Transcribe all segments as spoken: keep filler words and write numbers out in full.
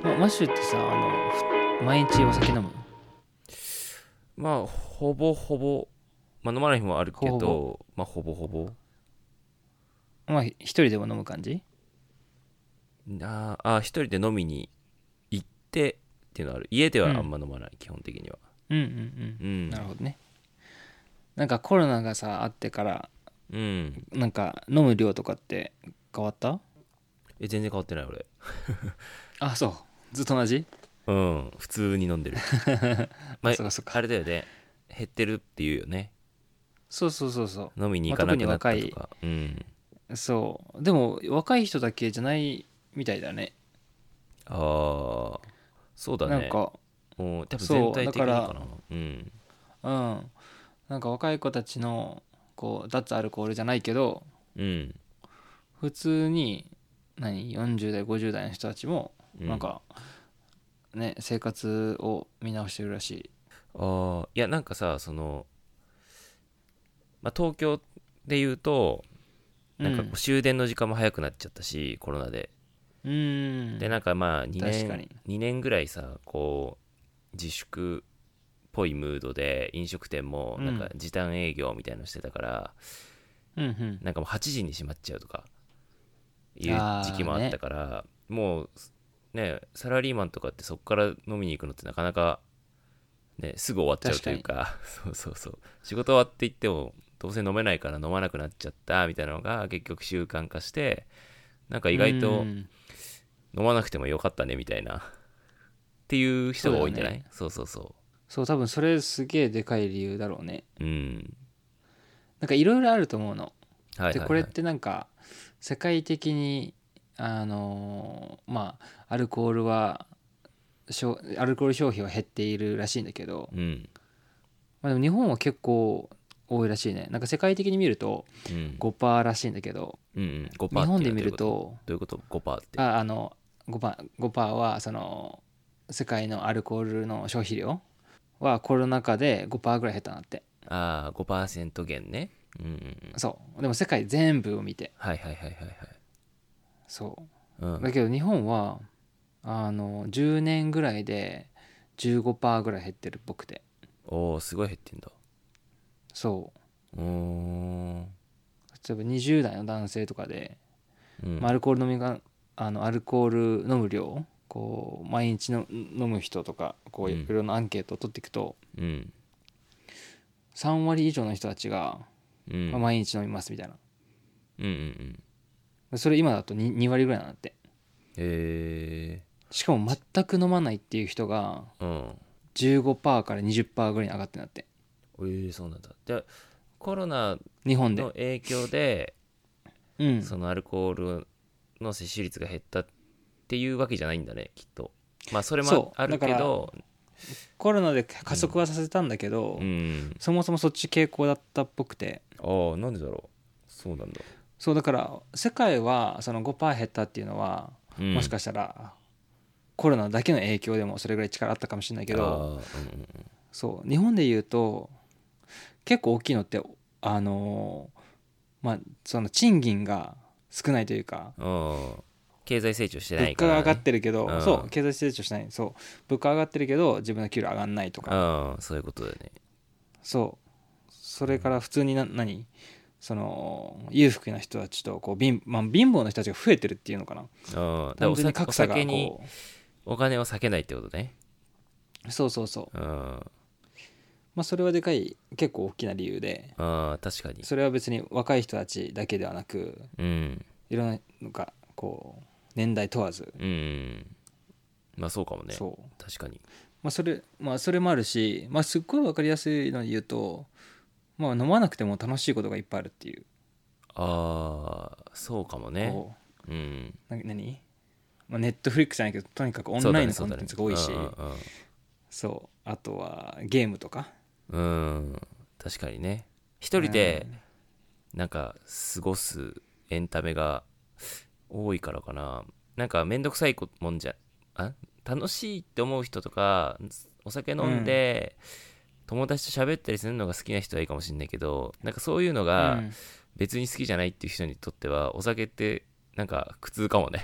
ま、マッシュってさ、あのふ毎日お酒飲む？ まあほぼほぼ、まあ飲まない日もあるけほぼほぼ。 ど、まあほぼほぼ。 まあ一人でも飲む感じ？ あーあー、一人で飲みに行ってっていうのはある。家ではあんうんま飲まない、基本的には。 うんうんうん。 うん。 なるほどね。なんかコロナがさあってから、 うん。 なんか飲む量とかって変わった？ え、全然変わってない俺。 あ、そう。ずっと同じ？ うん。普通に飲んでる。 あ、 まあ、 そうかそうか。 あれだよね。減ってるっていうよね。 そうそうそうそう。 飲みにまあ、特に行かなくなっ若い。 たとか。うん。 そう。でも若い人だけじゃないみたいだね。 ああ、そうだね。 なんか、 もう多分全そう。 体だから、 的にかな。うん。 うん。なんか若い子たちの、こう、脱アルコールじゃないけど、 うん。 普通に、何、よんじゅう代、ごじゅう代の人たちも、 うん。 なんか、ね、生活を見直してるらしい。 ああ、いや、なんかさ、その、まあ、東京で言うと、なんかこううん。 終電の時間も早くなっちゃったし、コロナで。 うーで、 ん。 なんかまあ、2年、 確かに。 にねんぐらいさ、こう、自粛っぽいムードで、飲食店もなんかうん。 時短営業みたいなのしてたから、 うんうん。 なんかもうはちじに閉まっちゃうとかいう時期もあったあーね。 から、もう、ね、サラリーマンとかってそこから飲みに行くのってなかなか、ね、すぐ終わっちゃう確かに。 というか、そうそうそう。仕事終わっていっても、どうせ飲めないから飲まなくなっちゃったみたいなのが結局習慣化して、なんか意う外とーん。 飲まなくてもよかったねみたいなっていう人が多いんじゃなそうだね。 い？そうそうそそう、多分それすげえでかい理由だろうね。 う。うん。 なんかいろいろあると思うの。で、 はいはいはい。 これってなんか、世界的に、あのーまあ、アルコールは、しょアルコール消費は減っているらしいんだけど、 うん。 まあ、でも日本は結構多いらしいね。なんか世界的に見るとうん。 ごパーセントらしいんだけど、 うんうん。ごパーセントっていうの日本で見はどういうこと？ ると、 どういうこと？ ごパーセント って。 あ、あの、ごパーセント、ごパーセントは、その、世界のアルコールの消費量はコロナ禍でごパーセントぐらい減ったんだって。 ああ、ごパーセント減ね。うんうんうん。 そう。でも世界全部を見て。 はいはいはいはいはい。 そう。 うん。 だけど日本は、あの、じゅうねんぐらいでじゅうごパーセントぐらい減ってるっぽくて。 おお、すごい減ってんだ。 そう。 うーん。 例えばにじゅう代の男性とかで、まあ、アうん。 ルコール飲みが、あの、アルコール飲む量、こう、毎日の飲む人とか、こう、いうん。 ろんなアンケートを取っていくと、 うん。 さん割以上の人たちが、まあ、 うん。 毎日飲みますみたいな。 うんうんうん。 それ今だと に, に割ぐらいなんだって。 へえ。 しかも全く飲まないっていう人がうん。 じゅうごパーセントからにじゅっパーセントぐらいに上がってなって。 ええ、そうなんだ。で、コロナ日本で。 の影響で、 うん。 そのアルコールの摂取率が減ったっていうわけじゃないんだね、きっと。まあ、それもああるそう。だからけど、 コロナで加速うん。 はさせたんだけうど、 ん。 そもそもそっち傾向だったっぽくて。 ああ、なんでだろう。そうなんだ。 そうだから世界はそのごパーセント減ったっていうのはうん。 もしかしたらコロナだけの影響でもそれぐらい力あったかもしれないけああ、 ど、 うんうんそう日本で言うと結構大きいのって、あのーまあその賃金が少ないというか、 うん。ああ、経済成長してな物い価が上がっからね。 てるけうん。 ど、そう経済成長しない、そう物価上がってるけど自分の給料上がんないとか、 ああ、そういうことだよね。 そうそれから普通にな何その裕福な人たちとこう貧,、まあ、貧乏な人たちが増えてるっていうのかな。 ああ、だから単純にお酒、お格差が酒にこお金を避けないってことね。 う、そうそうそう、 うん。 まあそれはでかい結構大きな理由で、 ああ、確かに。 それは別に若い人たちだけではなくうん。 いろんなのがこう年代問わず、 うん。まあそうかもね。 そう確かに。 まあそれまあそれもあるし、まあすっごい分かりやすいので言うと、まあ飲まなくても楽しいことがいっぱいあるっていう、 ああ、そうかもね。 こうん。 うな何まあ、ネットフリックスじゃないけどとにかくオンそうだね、 ラインのそうだね。 コンテンツが多ういし、 んそうあとはゲームとか、 うんうん。うん。確かにね。一う人で、 んなんか、過ごすエンタメが多いからかな。なんか、めんどくさいこもんじゃ、あ楽しいって思う人とか、お酒飲んうんで、友達と喋ったりするのが好きな人はいいかもしれないけど、なんかそういうのがうん別に好きじゃないっていう人にとっては、お酒ってなんか苦痛かもね。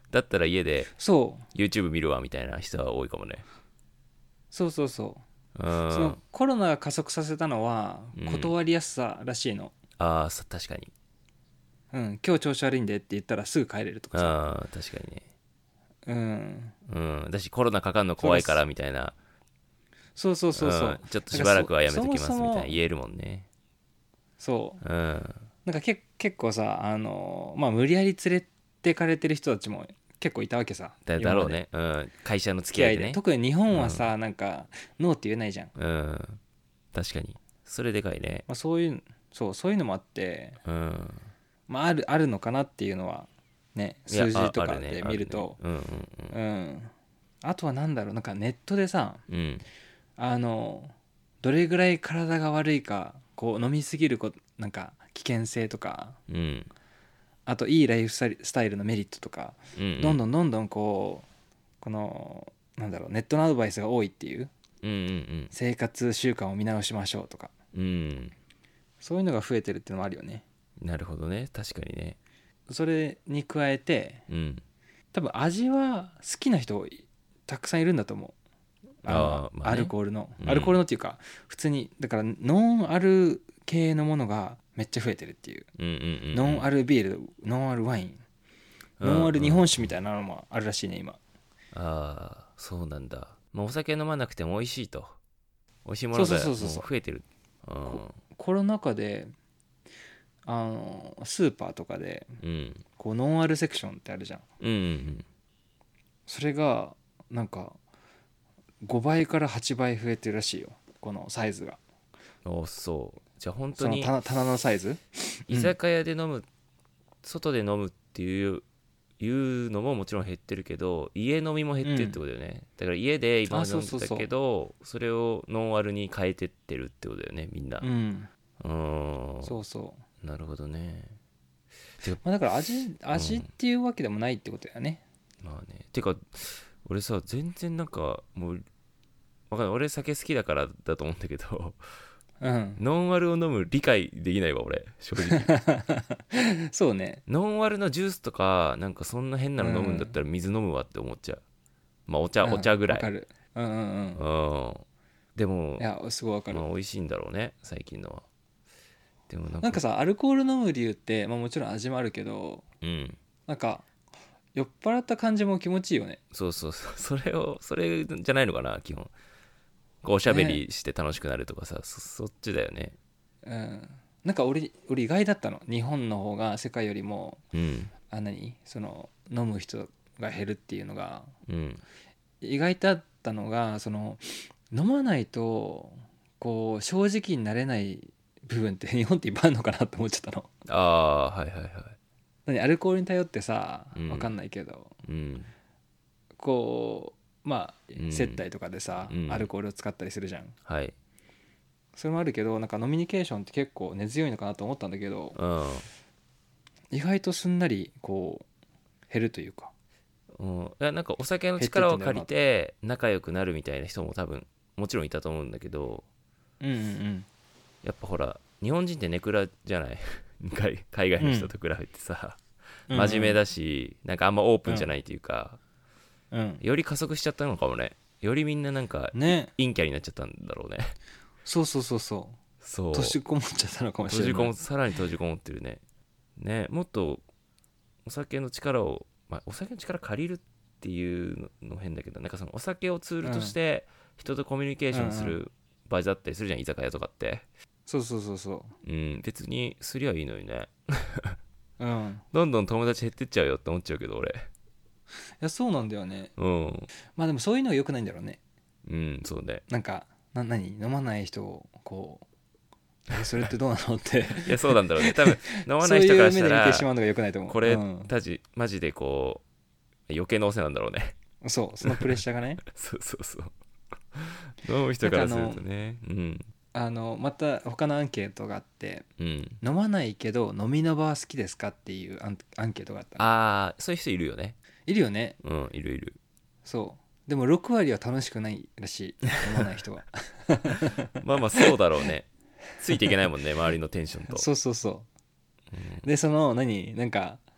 だったら家でそう YouTube 見るわみたいな人は多いかもね。 そうそうそう、 うんそのコロナが加速させたのはうん断りやすさらしいの。 ああさ確かに。 うん、今日調子悪いんでって言ったらすぐ帰れるとかさ。 ああ確かにね。 うんうんだしコロナかかんの怖いからみたいな。 そうそうそうそう、 んちょっとしばらくはやめときますみそもそもたいな言えるもんね。 そううんなんかけ結構さあのまあ無理やり連れてかれてる人たちも結構いたわけさ。 だだろうね。うん会社の付付き合いでき合いでね。 特に日本はさ、なんかノーって言えないじゃん、 うん確かにそれでかいね。 まあ、そういうそうそういうのもあって、 うんまあ、あるあるのかなっていうのはねいや数字とかああるねで見るとあるねうんあとはなんだろうなんかネットでさうんうんうんあのどれぐらい体が悪いかこう飲みすぎるこなんか危険性とかうんあといいライフスタイルスタイルのメリットとかうんうんどんどんどんどんこうこのなんだろうネットのアドバイスが多いっていううんうん生活習慣を見直しましょうとかうんうんそういうのが増えてるっていうのもあるよね。 なるほどね確かにね。 それに加えてうん多分味は好きな人たくさんいるんだと思う。あのあーまあねアルコールの、 うんアルコールのっていうか普通にだからノンアル系のものがめっちゃ増えてるっていう、 うんうんうんうんノンアルビールノンアルワイン、ノンアル日本酒みたいなのもあるらしいね今。 ああそうなんだ。まあお酒飲まなくても美味しいと美味しいものがもうそうそうそうそう増えてる。うんコロナ禍であのスーパーとかでうんこうノンアルセクションってあるじゃん。 うんうんそれがなんかごばいからはちばい増えてるらしいよこのサイズが。 おそうじゃあ本当そのに棚棚のサイズ居酒屋で飲む、外で飲むっていういうのももちろん減ってるけど家飲みも減ってるってことだよね、だから家で今まで飲んでたけどそれをノンアルに変えてってるってことだよねみんな。 うんうーんそうそなるほどね。 う、まあ、だから味味っていうわけでもないってことだよね。 まあねてか俺さ全然なんかもうわかんない俺酒好きだからだと思うんだけどうんノンアルを飲む理解できないわ俺正直そうねノンアルのジュースとかなんかそんな変なの飲むんだったら水飲むわって思っちゃう。まあお茶、 うんお茶ぐらいわかるうんうんうんうんでもいやすごいわかる、 まあ美味しいんだろうね最近のは。でもなんかなんかさアルコール飲む理由って、まあ、もちろん味もあるけどうんなんか酔っ払った感じも気持ちいいよね。 そうそうそうそれをそれじゃないのかな基本こうおしゃべりして楽しくなるとかさ、そ, そっちだよね。 うんなんか俺俺意外だったの日本の方が世界よりもうんあ何その飲む人が減るっていうのがうん意外だったのがその飲まないとこう正直になれない部分って日本っていっぱいあるのかなって思っちゃったの。 ああはいはいはい何アルコールに頼ってさうん分かんないけど、 うんこうまあうん接待とかでさ、 うんアルコールを使ったりするじゃん。 はいそれもあるけどなんかノミニケーションって結構根強いのかなと思ったんだけど意外とすんなりこう減るというか。 うん、いやなんかお酒の力を借りて仲良くなるみたいな人も多分もちろんいたと思うんだけどうんうんうんやっぱほら日本人ってネクラじゃない海海外の人と比べてさ、 うん真面目だしなんかあんまオープンじゃないというか、 うんより加速しちゃったのかもね。よりみんななんかね陰キャになっちゃったんだろうね。 そうそうそうそうそう閉じこもっちゃったのかもしれない。 閉じこもさらに閉じこもってるね。ねもっとお酒の力を、まあ、お酒の力借りるっていうの変だけどなんかそのお酒をツールとして人とコミュニケーションする場合だったりするじゃん、居酒屋とかって。 そうそうそうそうん別にすりゃいいのにね。 ううんどんどん友達減ってっちゃうよって思っちゃうけど俺。 いやそうなんだよね。 うんまあでもそういうのが良くないんだろうね。 うんそうね。 なんかな何飲まない人をこうえそれってどうなのっていやそうなんだろうね多分飲まそうない人からいう目で見したらてしまうのが良くないと思う。 これうんたちマジでこう余計なお世話なんだろうね。 そうそのプレッシャーがねそうそうそう飲む人からするとねうんあのまた他のアンケートがあってうん飲まないけど飲みの場は好きですかっていうアンアンケートがあったの。 ああそういう人いるよね。 いるよね。 うんいるいる。 そうでもろく割は楽しくないらしい飲まない人はまあまあそうだろうね。ついていけないもんね周りのテンションと。 そうそうそううんでその何なんか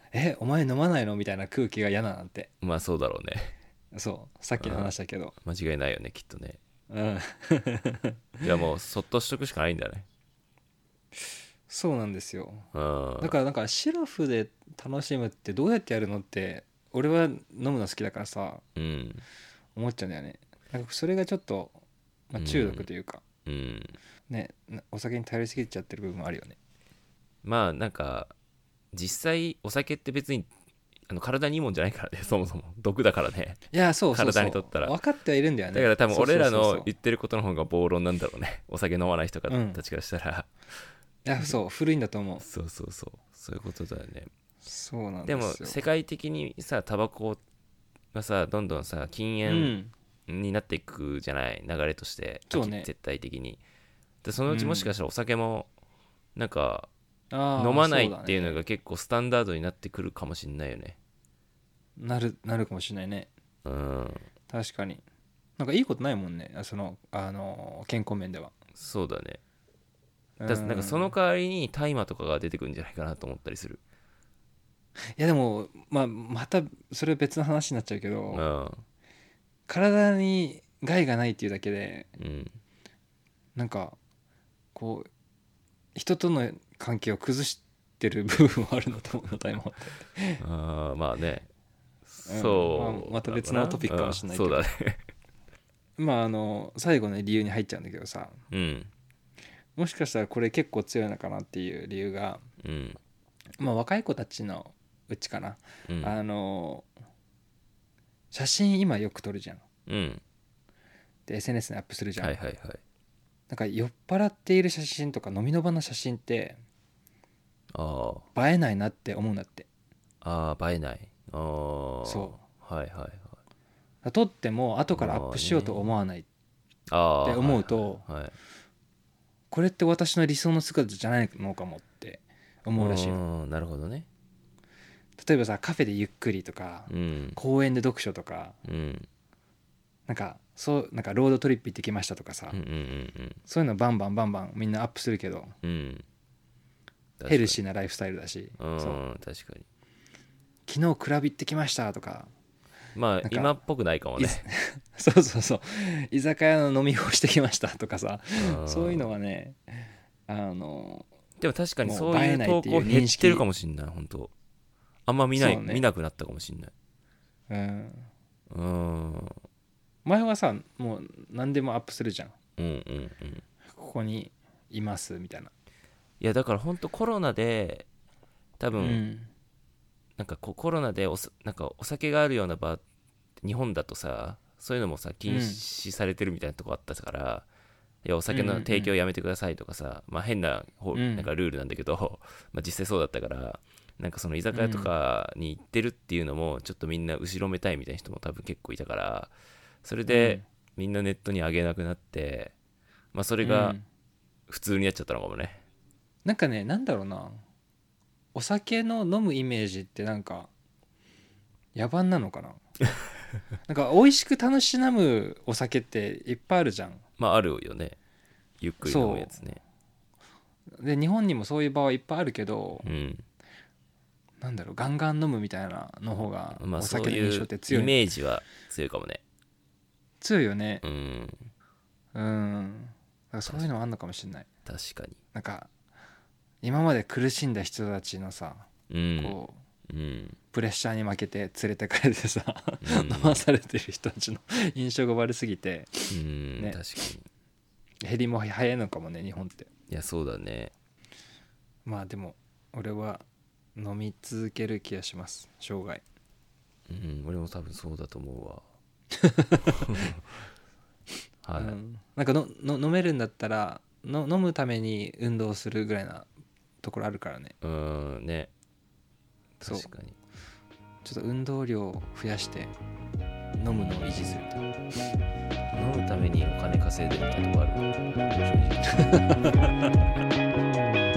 えお前飲まないのみたいな空気が嫌だなんて。 まあそうだろうね。 そうさっきの話だけど、 間違いないよねきっとね。 うんいやもうそっとしとくしかないんだね。 そうなんですよ。 うんだからなんかシラフで楽しむってどうやってやるのって俺は飲むの好きだからさうん思っちゃうんだよね。なんかそれがちょっと、まあ、中毒というか、 うんねなお酒に頼りすぎちゃってる部分もあるよね。 まあなんか実際お酒って別にあの体にいいもんじゃないからね、そもそも毒だからね。 いやそうそうそう体にとったら分かってはいるんだよね。 だから多分俺らそうそうそうそうの言ってることの方が暴論なんだろうね、お酒飲まない人うんたちからしたら。 いやそう古いんだと思う。 そうそうそうそういうことだよね。 そうなんでですよ。 も世界的にさタバコがさどんどんさ禁う煙んになっていくじゃない、流れとしてそうね絶対的に。でそのうちもしかしたらお酒もなんかあー飲まないそうだねっていうのが結構スタンダードになってくるかもしんないよね。 なるなるかもしれないね。 うん確かになんかいいことないもんね、そのあの健康面では。 そうだね。 うだなんかその代わりに大麻とかが出てくるんじゃないかなと思ったりする。 いやでも、まあ、またそれ別の話になっちゃうけど、 うん体に害がないっていうだけでうんなんかこう人との関係を崩してる部分はあるんだと思うの大麻って。 あーまあねうんそう、 まあまた別のトピックかもしれないけどうんそうだねまああの最後の理由に入っちゃうんだけどさ、 うんもしかしたらこれ結構強いのかなっていう理由が、 うんまあ若い子たちのうちかな、 うんあの写真今よく撮るじゃん。 うんで エスエヌエス にアップするじゃん、 はいはいはいなんか酔っ払っている写真とか飲みの場の写真ってあ映えないなって思うんだって。 あああ映えない。ああそうはいはいはい。 撮っても後からアップしようと思わない、 ああって思うとはいはいはい、 これって私の理想の姿じゃないのかもって思うらしいよ。 うんなるほどね。 例えばさカフェでゆっくりとか、 うん公園で読書とか、 うんなんかそうなんかロードトリップ行ってきましたとかさ、 うんうんうんそういうのバンバンバンバンみんなアップするけど、 うんヘルシーなライフスタイルだし、 うんそう確かに。 昨日クラブ行ってきましたとか、 まあなんか今っぽくないかもね。 そうそうそう居酒屋の飲み干してきましたとかさ、 うんそういうのはねあのでも確かにそうもう映いう投えないっていう稿減ってるかもしんない本当。あんま見ない、 そうね見なくなったかもしんない。 うんうん前はさもう何でもアップするじゃん、 うんうんうんここにいますみたいな。 いやだから本当コロナで多分、 うんなんかこうコロナでおさなんかお酒があるような場日本だとさそういうのもさ禁止されてるみたいなとこあったから、いやお酒の提供やめてくださいとかさ、まあ変なほうんなんかルールなんだけど、まあ実際そうだったからなんかその居酒屋とかに行ってるっていうのもちょっとみんな後ろめたいみたいな人も多分結構いたから、それでみんなネットに上げなくなって、まあそれうがん普通になっちゃったのかもね。 なんかねなんだろうな、お酒の飲むイメージってなんか野蛮なのかななんか美味しく楽しむお酒っていっぱいあるじゃん。 まああるよねゆっくり飲むやつね。 で日本にもそういう場はいっぱいあるけど、 うんなんだろうガンガン飲むみたいなの方がまあおそういう酒の印象って強イい、 メージは強いかもね。 強いよね。 うんうんだからそういうのはあんのかもしれない。 確かに。 なんか今まで苦しんだ人たちのさ、 うんこううんプレッシャーに負けて連れてかれてさ、 うん飲まされてる人たちの印象が悪すぎてうんね確かに。 減りも早いのかもね日本って。 いやそうだね。 まあでも俺は飲み続ける気がします生涯。 うん俺も多分そうだと思うわはい、 うんなんかのの飲めるんだったらの飲むために運動するぐらいなところあるからね。 うんねそう確かに。 ちょっと運動量を増やして飲むのを維持すると。 飲むためにお金稼いでるみたいなとこある正直